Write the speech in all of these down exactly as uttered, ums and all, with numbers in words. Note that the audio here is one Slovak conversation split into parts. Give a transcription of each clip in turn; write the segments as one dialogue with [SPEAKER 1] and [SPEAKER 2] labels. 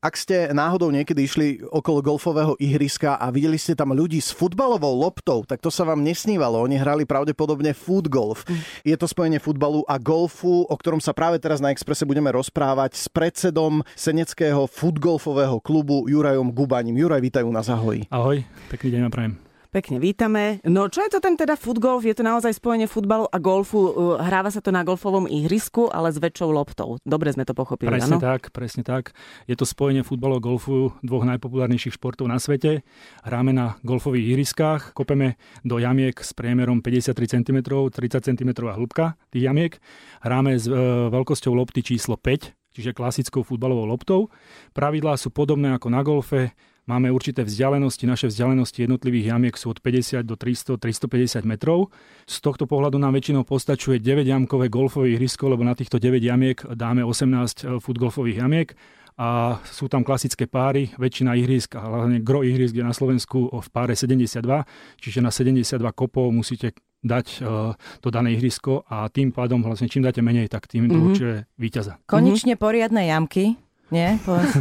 [SPEAKER 1] Ak ste náhodou niekedy išli okolo golfového ihriska a videli ste tam ľudí s futbalovou loptou, tak to sa vám nesnívalo. Oni hrali pravdepodobne foot golf. Mm. Je to spojenie futbalu a golfu, o ktorom sa práve teraz na Expresse budeme rozprávať s predsedom seneckého futgolfového klubu Jurajom Gubaním. Juraj, vítajú nás, ahoj.
[SPEAKER 2] Ahoj, pekný deň vám prajem.
[SPEAKER 3] Pekne vítame. No čo je to ten teda futgolf? Je to naozaj spojenie futbalu a golfu? Hráva sa to na golfovom ihrisku, ale s väčšou loptou. Dobre sme to pochopili, áno?
[SPEAKER 2] Presne tak, presne tak. Je to spojenie futbalu a golfu, dvoch najpopulárnejších športov na svete. Hráme na golfových ihriskách, kopeme do jamiek s priemerom päťdesiattri centimetrov, tridsať centimetrov hĺbka tých jamiek. Hráme s e, veľkosťou lopty číslo päť, čiže klasickou futbalovou loptou. Pravidlá sú podobné ako na golfe. Máme určité vzdialenosti, naše vzdialenosti jednotlivých jamiek sú od päťdesiat do tristo až tristopäťdesiat metrov. Z tohto pohľadu nám väčšinou postačuje deväťjamkové golfové ihrisko, lebo na týchto deväť jamiek dáme osemnásť futgolfových jamiek a sú tam klasické páry, väčšina ihrisk, a hlavne gro ihrisk je na Slovensku v páre sedemdesiatdva, čiže na sedemdesiatdva kopov musíte dať uh, to dané ihrisko a tým pádom vlastne čím dáte menej, tak tým mm-hmm. určite víťaza.
[SPEAKER 3] Konečne poriadne jamky. Nie?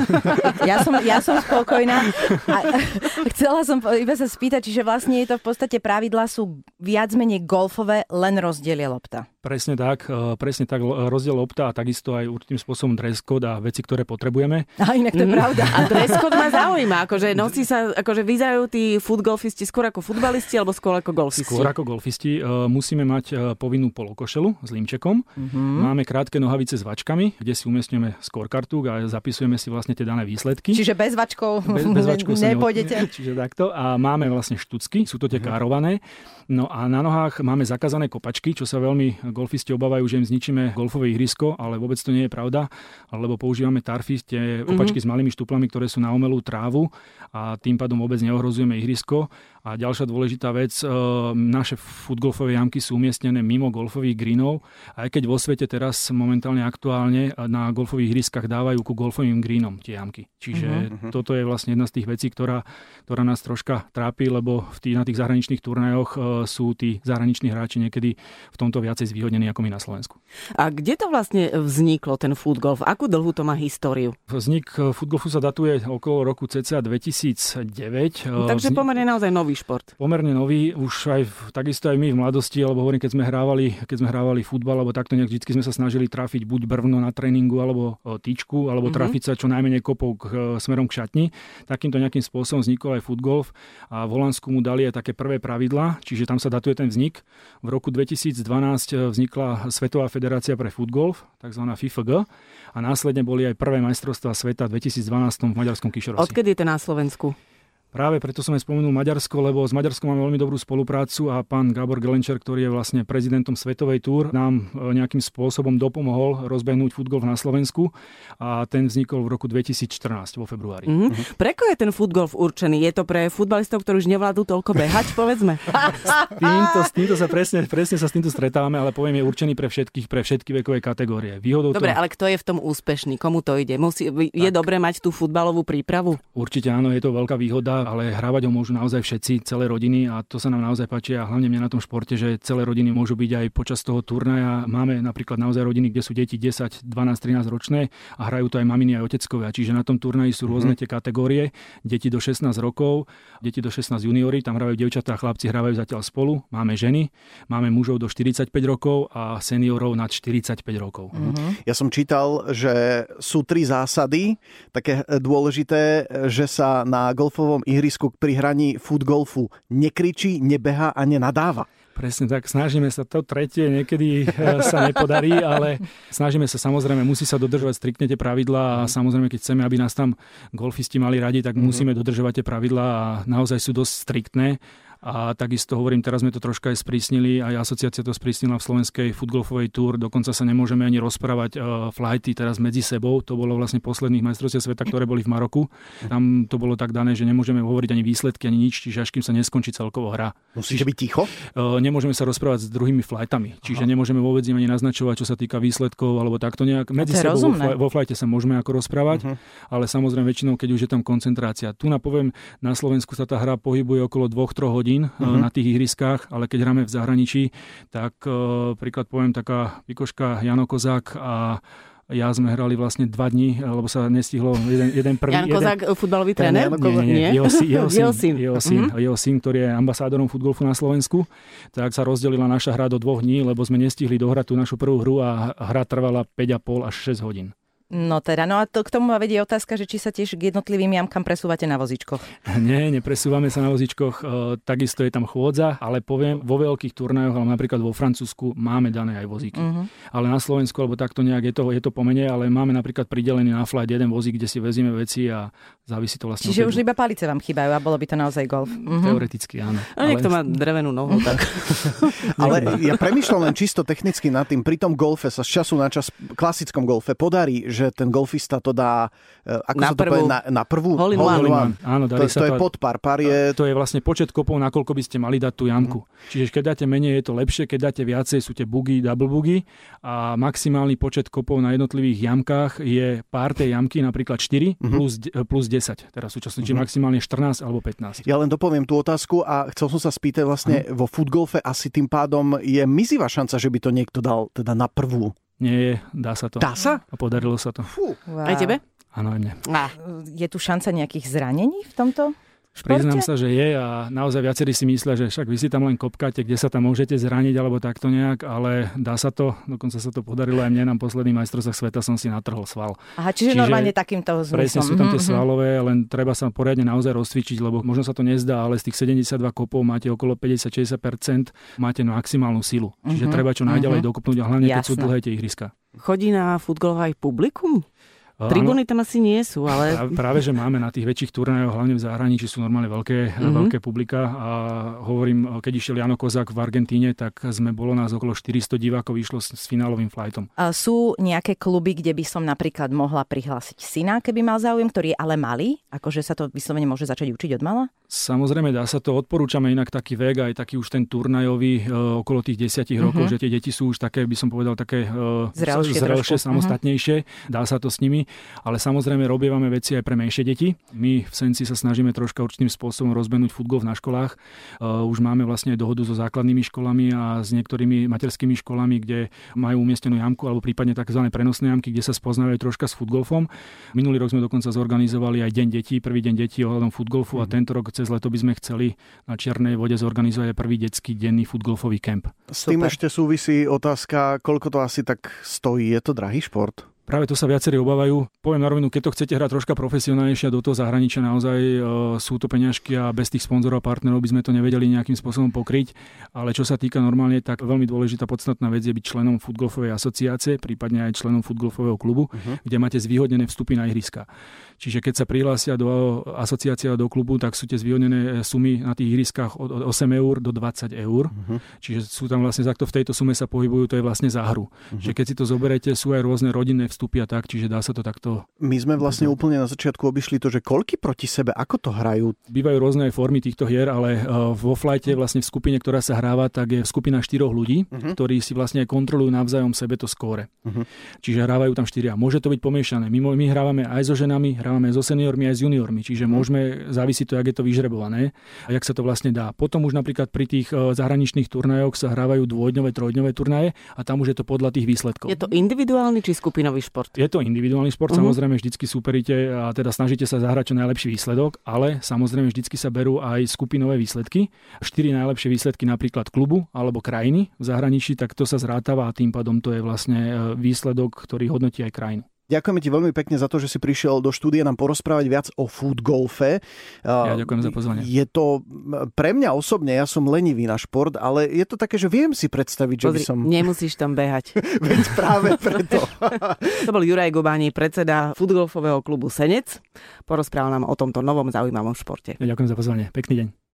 [SPEAKER 3] Ja som, ja som spokojná. A chcela som iba sa spýtať, čiže vlastne je to v podstate pravidlá sú viac menej golfové, len rozdielie lopta.
[SPEAKER 2] Presne tak, presne tak, rozdiel lopta a takisto aj určitým spôsobom dress code a veci, ktoré potrebujeme.
[SPEAKER 3] A inak to je pravda. A dress code ma zaujíma, akože nosí sa, akože vyzerajú tí futgolfisti skôr ako futbalisti alebo skôr ako golfisti?
[SPEAKER 2] Skôr ako golfisti. Musíme mať povinnú polokošelu s límčekom. Uh-huh. Máme krátke nohavice s vačkami, kde si umiestňujeme scorekartu a zapisujeme si vlastne tie dané výsledky.
[SPEAKER 3] Čiže bez vačkov
[SPEAKER 2] bez, bez vačkov
[SPEAKER 3] nepôjdete.
[SPEAKER 2] Ne, čiže takto. A máme vlastne štucky, sú to tie uh-huh. kárované. No a na nohách máme zakázané kopačky, čo sa veľmi golfisti obávajú, že im zničíme golfové ihrisko, ale vôbec to nie je pravda, lebo používame tarfy, tie kopačky mm-hmm. s malými štuplami, ktoré sú na umelú trávu a tým pádom vôbec neohrozujeme ihrisko. A ďalšia dôležitá vec, e, naše futgolfové jamky sú umiestnené mimo golfových greenov, aj keď vo svete teraz momentálne aktuálne na golfových ihriskách dávajú ku golfovým greenom tie jamky. Čiže mm-hmm. toto je vlastne jedna z tých vecí, ktorá, ktorá nás troška trápi, lebo v tých, na tých zahraničných turnajoch e, sú tí zahraniční hráči niekedy v tomto viacej zvýhodnení ako my na Slovensku.
[SPEAKER 3] A kde to vlastne vzniklo, ten futgolf? Akú dlhú to má históriu?
[SPEAKER 2] Vznik futgolfu sa datuje okolo roku cca dvetisícdeväť.
[SPEAKER 3] Takže Vznik... pomerne naozaj nový šport.
[SPEAKER 2] Pomerne nový, už aj takisto aj my v mladosti, alebo hovorím, keď sme hrávali, keď sme hrávali futbal, alebo takto nejak vždy sme sa snažili trafiť buď brvno na tréningu, alebo tyčku, alebo mm-hmm. trafiť sa čo najmenej kopov k, smerom k šatni. Takýmto nejakým spôsobom vznikol aj futgolf a v Holandsku mu dali aj také prvé pravidlá, čiže tam sa datuje ten vznik. V roku dvetisícdvanásť vznikla Svetová federácia pre futgolf, takzvaná F I F G, a následne boli aj prvé majstrovstvá sveta v dvetisícdvanásť v maďarskom Kišorosi.
[SPEAKER 3] Odkedy je to na Slovensku?
[SPEAKER 2] Práve preto som aj spomenul Maďarsko, lebo s Maďarskom máme veľmi dobrú spoluprácu a pán Gábor Gelenčer, ktorý je vlastne prezidentom Svetovej túr, nám nejakým spôsobom dopomohol rozbehnúť futgolf na Slovensku a ten vznikol v roku dvetisícštrnásť vo februári. Mm-hmm. Uh-huh.
[SPEAKER 3] Pre koho je ten futgolf určený? Je to pre futbalistov, ktorí už nevládnu toľko behať, povedzme?
[SPEAKER 2] s, týmto, s týmto sa presne, presne sa s týmto stretávame, ale poviem, je určený pre všetkých, pre všetky vekové kategórie. Výhodou
[SPEAKER 3] Dobre,
[SPEAKER 2] to...
[SPEAKER 3] ale kto je v tom úspešný? Komu to ide? Musí, je dobré mať tú futbalovú prípravu?
[SPEAKER 2] Určite áno, je to veľká výhoda, ale hrávať ho môžu naozaj všetci, celé rodiny a to sa nám naozaj páči a hlavne mne na tom športe, že celé rodiny môžu byť aj počas toho turnaja. Máme napríklad naozaj rodiny, kde sú deti desať, dvanásť, trinásť ročné a hrajú to aj maminy aj oteckovia. Čiže na tom turnaji sú rôzne tie kategórie. Deti do šestnásť rokov, deti do šestnásť juniori, tam hrajú dievčatá a chlapci hrávajú zatiaľ spolu. Máme ženy, máme mužov do štyridsaťpäť rokov a seniorov nad štyridsaťpäť rokov.
[SPEAKER 1] Mm-hmm. Ja som čítal, že sú tri zásady, také dôležité, že sa na golfovom ihrisku pri hraní futgolfu nekričí, nebeha a nenadáva.
[SPEAKER 2] Presne tak, snažíme sa to tretie, niekedy sa nepodarí, ale snažíme sa samozrejme, musí sa dodržovať striktne tie pravidlá a samozrejme, keď chceme, aby nás tam golfisti mali radi, tak mm-hmm. musíme dodržovať tie pravidlá a naozaj sú dosť striktné. A takisto hovorím, teraz sme to troška aj sprísnili, aj asociácia to sprísnila v slovenskej futgolfovej túr, dokonca sa nemôžeme ani rozprávať uh, flighty teraz medzi sebou, to bolo vlastne posledných majstrovstiev sveta, ktoré boli v Maroku. Tam to bolo tak dané, že nemôžeme hovoriť ani výsledky, ani nič, čiže až kým sa neskončí celkovo hra.
[SPEAKER 1] Musíte byť ticho?
[SPEAKER 2] Uh, nemôžeme sa rozprávať s druhými flightami, čiže Aha. nemôžeme vôbec im ani naznačovať, čo sa týka výsledkov, alebo takto nejak. Medzi sebou vo, fl- vo flighte sa môžeme ako rozprávať, uh-huh. ale samozrejme väčšinou, keď už je tam koncentrácia. Tu napoviem, na Slovensku sa tá hra pohybuje okolo dve až tri hodín uh-huh. na tých ihriskách, ale keď hráme v zahraničí, tak uh, príklad poviem taká Vikoška, Jano Kozák a Ja sme hrali vlastne dva dni, lebo sa nestihlo jeden, jeden prvý.
[SPEAKER 4] Jan Kozák, jeden... futbalový tréner?
[SPEAKER 2] Nie, nie, nie. Jeho, si, jeho,
[SPEAKER 4] jeho
[SPEAKER 2] syn, jeho, syn, mm-hmm. jeho syn, ktorý je ambasádorom futgolfu na Slovensku. Tak sa rozdelila naša hra do dvoch dní, lebo sme nestihli dohrať tú našu prvú hru a hra trvala päť a pol až šesť hodín.
[SPEAKER 3] No teda, no a to, k tomu ma vedie otázka, že či sa tiež k jednotlivým jamkám presúvate na vozíčkoch.
[SPEAKER 2] Nie, nepresúvame sa na vozíčkoch, e, takisto je tam chôdza, ale poviem, vo veľkých turnajoch, ale napríklad vo Francúzsku máme dané aj vozíky. Uh-huh. Ale na Slovensku, alebo takto nejak je to, je to pomene, ale máme napríklad pridelený na flight jeden vozík, kde si vezieme veci a závisí to vlastne.
[SPEAKER 3] Čiže už iba palice vám chýbajú a bolo by to naozaj golf. Uh-huh.
[SPEAKER 2] Teoreticky áno.
[SPEAKER 4] A niekto ale... má drevenú nohu, tak.
[SPEAKER 1] Ale ja premýšľam len čisto technicky nad tým, pri tom golfe sa z času na čas, klasickom golfe podarí, že ten golfista to dá, ako
[SPEAKER 4] na
[SPEAKER 1] sa to
[SPEAKER 4] prvú,
[SPEAKER 1] povie, na, na prvú?
[SPEAKER 4] Hole in one.
[SPEAKER 1] one.
[SPEAKER 2] Áno,
[SPEAKER 1] to, to je pod pár. Pár je...
[SPEAKER 2] To je vlastne počet kopov, nakoľko by ste mali dať tú jamku. Mm. Čiže keď dáte menej, je to lepšie, keď dáte viacej, sú tie bugy, double bugy a maximálny počet kopov na jednotlivých jamkách je pár tej jamky, napríklad štyri mm-hmm. plus, plus desať. Teraz súčasne, mm-hmm. čiže maximálne štrnásť alebo pätnásť.
[SPEAKER 1] Ja len dopoviem tú otázku a chcel som sa spýtať vlastne mm. vo futgolfe asi tým pádom je mizivá šanca, že by to niekto dal teda na prvú.
[SPEAKER 2] Nie je, dá sa to.
[SPEAKER 1] Dá sa?
[SPEAKER 2] A podarilo sa to.
[SPEAKER 1] Fú.
[SPEAKER 3] Wow.
[SPEAKER 4] Aj tebe?
[SPEAKER 2] Áno, aj mne.
[SPEAKER 4] Ah.
[SPEAKER 3] Je tu šanca nejakých zranení v tomto športe?
[SPEAKER 2] Priznám sa, že je a naozaj viacerí si myslia, že však vy si tam len kopkáte, kde sa tam môžete zraniť alebo takto nejak, ale dá sa to, dokonca sa to podarilo aj mne na posledných majstrovstvách sveta som si natrhol sval.
[SPEAKER 3] Aha, čiže, čiže normálne takýmto zmyslom.
[SPEAKER 2] Presne sú tam tie svalové, len treba sa poriadne naozaj rozcvičiť, lebo možno sa to nezdá, ale z tých sedemdesiatdva kopov máte okolo päťdesiat až šesťdesiat percent máte maximálnu silu. Čiže uh-huh. treba čo najďalej uh-huh. dokopnúť a hlavne keď sú dlhé tie ihriska.
[SPEAKER 4] Chodí na futgol aj publikum? Tribúny tam asi nie sú, ale...
[SPEAKER 2] Práve, práve, že máme na tých väčších turnajoch, hlavne v zahraničí, sú normálne veľké, mm-hmm. veľké publika a hovorím, keď išiel Jano Kozák v Argentíne, tak sme bolo nás okolo štyristo divákov, išlo s, s finálovým flightom. A
[SPEAKER 3] sú nejaké kluby, kde by som napríklad mohla prihlásiť syna, keby mal záujem, ktorý je ale malý? Akože sa to vyslovene môže začať učiť od mala?
[SPEAKER 2] Samozrejme, dá sa to, odporúčame inak taký vek, aj taký už ten turnajový e, okolo tých desiatich mm-hmm. rokov, že tie deti sú už také, by som povedal, také e, zrelšie, zrelšie samostatnejšie, mm-hmm. dá sa to s nimi. Ale samozrejme robievame veci aj pre menšie deti. My v Senci sa snažíme troška určitým spôsobom rozbehnúť futgol na školách. Uh, už máme vlastne dohodu so základnými školami a s niektorými materskými školami, kde majú umiestnenú jamku alebo prípadne tzv. Prenosné jamky, kde sa spoznávajú troška s futgolfom. Minulý rok sme dokonca zorganizovali aj Deň detí, prvý deň detí ohľadom futgolfu mm. a tento rok cez leto by sme chceli na Čiernej Vode zorganizovať aj prvý detský denný futgolfový kemp.
[SPEAKER 1] S tým Super. Ešte súvisí otázka, koľko to asi tak stojí. Je to drahý šport?
[SPEAKER 2] Práve to sa viacerí obávajú. Poviem na rovinu, keď to chcete hrať troška profesionálnejšie do toho zahraničia, naozaj e, sú to peňažky a bez tých sponzorov a partnerov by sme to nevedeli nejakým spôsobom pokryť. Ale čo sa týka normálne, tak veľmi dôležitá podstatná vec je byť členom futgolfovej asociácie, prípadne aj členom futgolfového klubu, uh-huh. kde máte zvýhodnené vstupy na ihriska. Čiže keď sa prihlásia do asociácie a do klubu, tak sú tie zvýhodnené sumy na tých ihriskách od osem eur do dvadsať eur. Uh-huh. Čiže sú tam vlastne takto v tejto sume sa pohybujú, to je vlastne za hru. Uh-huh. Čiže keď si to zoberete, sú aj rôzne rodinné vstupy a tak, čiže dá sa to takto...
[SPEAKER 1] My sme vlastne úplne na začiatku obišli to, že koľky proti sebe, ako to hrajú?
[SPEAKER 2] Bývajú rôzne formy týchto hier, ale vo flighte vlastne v skupine, ktorá sa hráva, tak je skupina štyroch ľudí, uh-huh. ktorí si vlastne kontrolujú navzájom sebe to skóre. Uh-huh. Čiže hrávajú tam štyria. Môže to byť pomiešané. My, my hrávame aj so ženami, hrávame so seniormi, aj s juniormi, čiže uh-huh. môžeme, závisí to, jak je to vyžrebované a jak sa to vlastne dá. Potom už napríklad pri tých zahraničných turnajoch sa hrávajú dvojdňové, trojdňové turnaje a tam už je to podľa tých výsledkov.
[SPEAKER 4] Je to individuálny či skupinový šport?
[SPEAKER 2] Je to individuálny šport, uh-huh. samozrejme vždycky súperíte a teda snažíte sa zahrať čo najlepší výsledok, ale samozrejme vždycky sa berú aj skupinové výsledky. Štyri najlepšie výsledky napríklad klubu alebo krajiny v zahraničí, tak to sa zrátava a tým pádom to je vlastne výsledok, ktorý hodnotí aj krajinu.
[SPEAKER 1] Ďakujeme ti veľmi pekne za to, že si prišiel do štúdia nám porozprávať viac o futgolfe.
[SPEAKER 2] Ja ďakujem za pozvanie.
[SPEAKER 1] Je to pre mňa osobne, ja som lenivý na šport, ale je to také, že viem si predstaviť, že
[SPEAKER 4] Pozri,
[SPEAKER 1] by som...
[SPEAKER 4] nemusíš tam behať.
[SPEAKER 1] Veď práve preto.
[SPEAKER 4] To bol Juraj Gubáni, predseda futgolfového klubu Senec. Porozprával nám o tomto novom zaujímavom športe.
[SPEAKER 2] Ja ďakujem za pozvanie. Pekný deň.